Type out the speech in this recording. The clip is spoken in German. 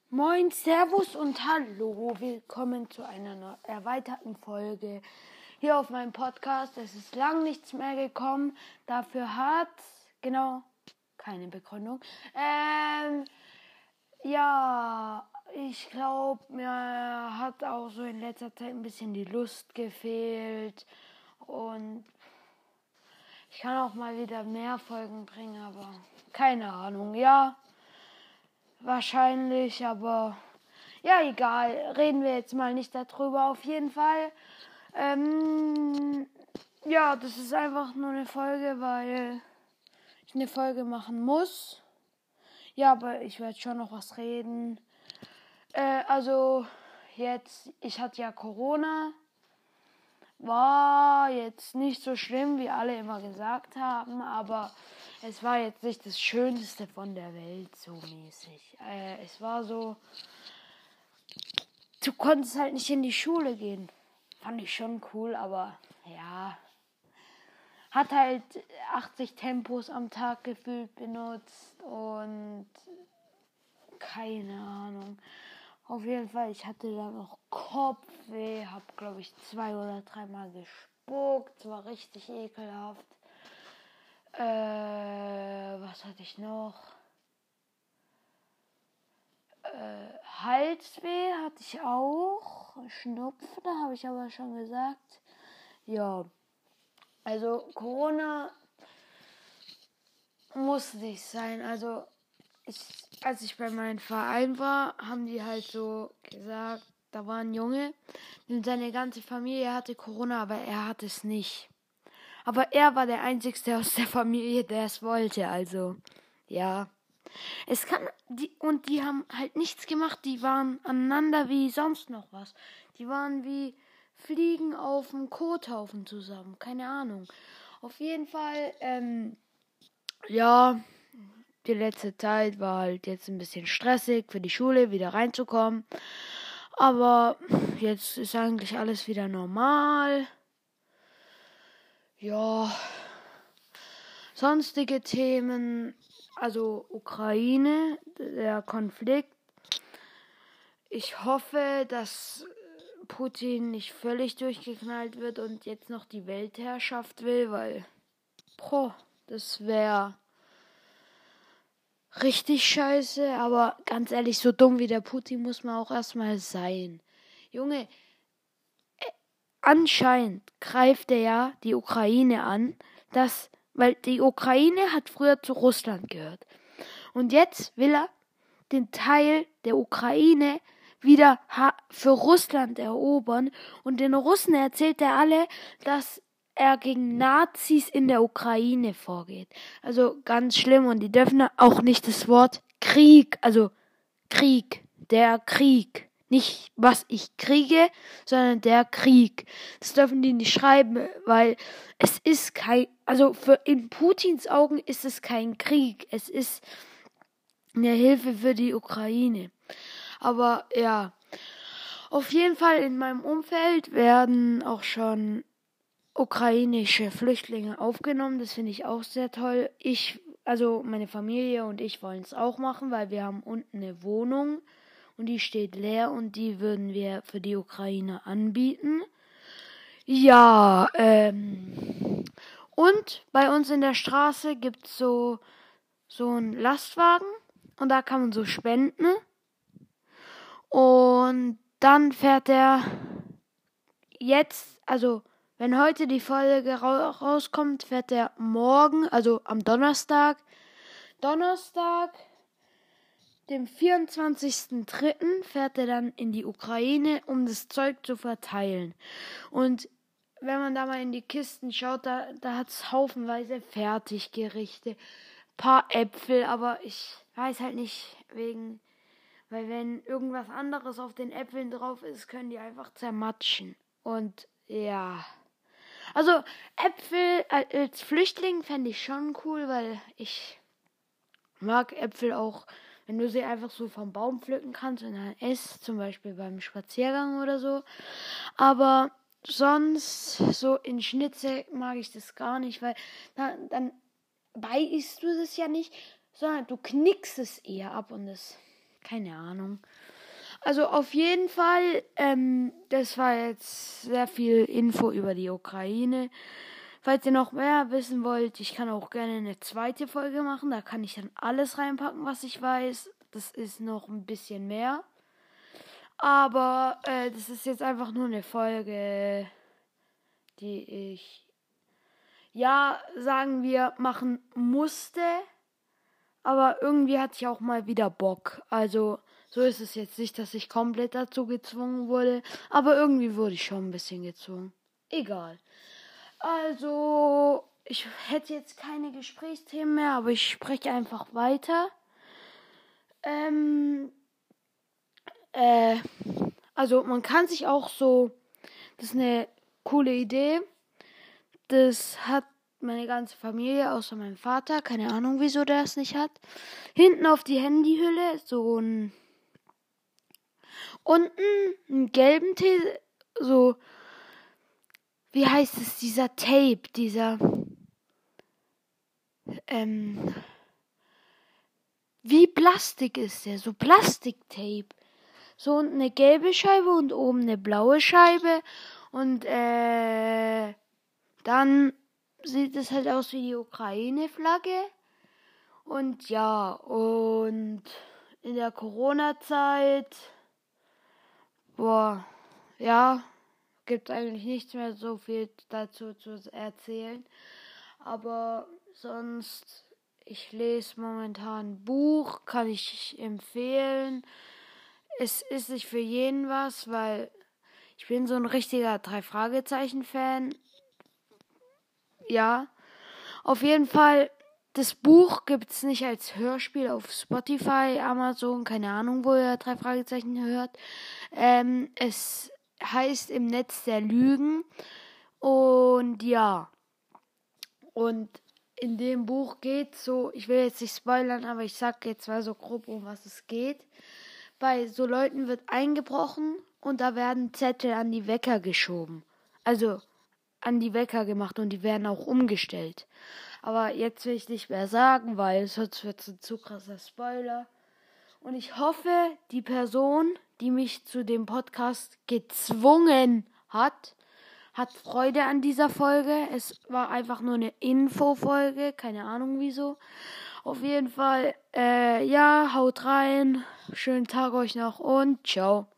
Moin, Servus und Hallo. Willkommen zu einer erweiterten Folge hier auf meinem Podcast. Es ist lang nichts mehr gekommen. Dafür hat keine Begründung. Ja, ich glaube, mir hat auch so in letzter Zeit ein bisschen die Lust gefehlt. Und ich kann auch mal wieder mehr Folgen bringen, aber keine Ahnung. Ja, wahrscheinlich, aber ja, egal. Reden wir jetzt mal nicht darüber. Auf jeden Fall. Ja, das ist einfach nur eine Folge, weil ich eine Folge machen muss. Ja, aber ich werde schon noch was reden. Also, jetzt, ich hatte ja Corona. War jetzt nicht so schlimm, wie alle immer gesagt haben, aber es war jetzt nicht das Schönste von der Welt, so mäßig. Es war so, du konntest halt nicht in die Schule gehen. Fand ich schon cool, aber ja. Hat halt 80 Tempos am Tag gefühlt benutzt und keine Ahnung. Auf jeden Fall, ich hatte dann noch Kopfweh, hab glaube ich 2 oder 3 Mal gespuckt, war richtig ekelhaft. Was hatte ich noch? Halsweh hatte ich auch, Schnupfen, da habe ich aber schon gesagt. Ja, also Corona muss nicht sein. Also als ich bei meinem Verein war, haben die halt so gesagt, da war ein Junge, und seine ganze Familie hatte Corona, aber er hatte es nicht. Aber er war der Einzige aus der Familie, der es wollte, also ja. Die haben halt nichts gemacht, die waren aneinander wie sonst noch was. Die waren wie Fliegen auf dem Kothaufen zusammen, keine Ahnung. Auf jeden Fall, ja, die letzte Zeit war halt jetzt ein bisschen stressig für die Schule, wieder reinzukommen. Aber jetzt ist eigentlich alles wieder normal. Ja, sonstige Themen, also Ukraine, der Konflikt. Ich hoffe, dass Putin nicht völlig durchgeknallt wird und jetzt noch die Weltherrschaft will, weil, das wäre richtig scheiße, aber ganz ehrlich, so dumm wie der Putin muss man auch erstmal sein. Junge, anscheinend greift er ja die Ukraine an, weil die Ukraine hat früher zu Russland gehört. Und jetzt will er den Teil der Ukraine wieder für Russland erobern. Und den Russen erzählt er alle, dass er gegen Nazis in der Ukraine vorgeht. Also ganz schlimm. Und die dürfen auch nicht das Wort Krieg, also Krieg, der Krieg. Nicht, was ich kriege, sondern der Krieg. Das dürfen die nicht schreiben, weil es ist in Putins Augen ist es kein Krieg. Es ist eine Hilfe für die Ukraine. Aber ja, auf jeden Fall in meinem Umfeld werden auch schon ukrainische Flüchtlinge aufgenommen. Das finde ich auch sehr toll. Meine Familie und ich wollen es auch machen, weil wir haben unten eine Wohnung und die steht leer und die würden wir für die Ukraine anbieten. Ja, und bei uns in der Straße gibt es so einen Lastwagen und da kann man so spenden. Und dann fährt er jetzt, also wenn heute die Folge rauskommt, fährt er morgen, also am Donnerstag, dem 24.03. fährt er dann in die Ukraine, um das Zeug zu verteilen. Und wenn man da mal in die Kisten schaut, da hat es haufenweise Fertiggerichte, paar Äpfel, aber ich weiß halt nicht weil wenn irgendwas anderes auf den Äpfeln drauf ist, können die einfach zermatschen. Und ja. Also Äpfel als Flüchtling fände ich schon cool, weil ich mag Äpfel auch, wenn du sie einfach so vom Baum pflücken kannst und dann isst, zum Beispiel beim Spaziergang oder so. Aber sonst, so in Schnitzel mag ich das gar nicht, weil dann beißt du das ja nicht, sondern du knickst es eher ab und das Keine Ahnung. Also auf jeden Fall, das war jetzt sehr viel Info über die Ukraine. Falls ihr noch mehr wissen wollt, ich kann auch gerne eine zweite Folge machen. Da kann ich dann alles reinpacken, was ich weiß. Das ist noch ein bisschen mehr. Aber das ist jetzt einfach nur eine Folge, die ich, ja, sagen wir, machen musste. Aber irgendwie hatte ich auch mal wieder Bock. Also so ist es jetzt nicht, dass ich komplett dazu gezwungen wurde. Aber irgendwie wurde ich schon ein bisschen gezwungen. Egal. Also ich hätte jetzt keine Gesprächsthemen mehr, aber ich spreche einfach weiter. Also man kann sich auch so, das ist eine coole Idee. Das hat meine ganze Familie, außer meinem Vater, keine Ahnung, wieso der es nicht hat. Hinten auf die Handyhülle so ein, unten einen gelben Tee, so, wie heißt es, dieser Tape, dieser, wie Plastik ist der, so Plastiktape. So eine gelbe Scheibe und oben eine blaue Scheibe und dann sieht es halt aus wie die Ukraine-Flagge. Und ja, und in der Corona-Zeit, ja, gibt es eigentlich nichts mehr so viel dazu zu erzählen. Aber sonst, ich lese momentan ein Buch, kann ich empfehlen. Es ist nicht für jeden was, weil ich bin so ein richtiger 3-Fragezeichen-Fan. Ja, auf jeden Fall, das Buch gibt es nicht als Hörspiel auf Spotify, Amazon, keine Ahnung, wo ihr 3-Fragezeichen hört. Es heißt Im Netz der Lügen. Und ja, und in dem Buch geht so, ich will jetzt nicht spoilern, aber ich sag jetzt mal so grob, um was es geht. Bei so Leuten wird eingebrochen und da werden Zettel an die Wecker geschoben. Also an die Wecker gemacht und die werden auch umgestellt. Aber jetzt will ich nicht mehr sagen, weil sonst wird es ein zu krasser Spoiler. Und ich hoffe, die Person, die mich zu dem Podcast gezwungen hat, hat Freude an dieser Folge. Es war einfach nur eine Infofolge, keine Ahnung wieso. Auf jeden Fall, ja, haut rein. Schönen Tag euch noch und ciao.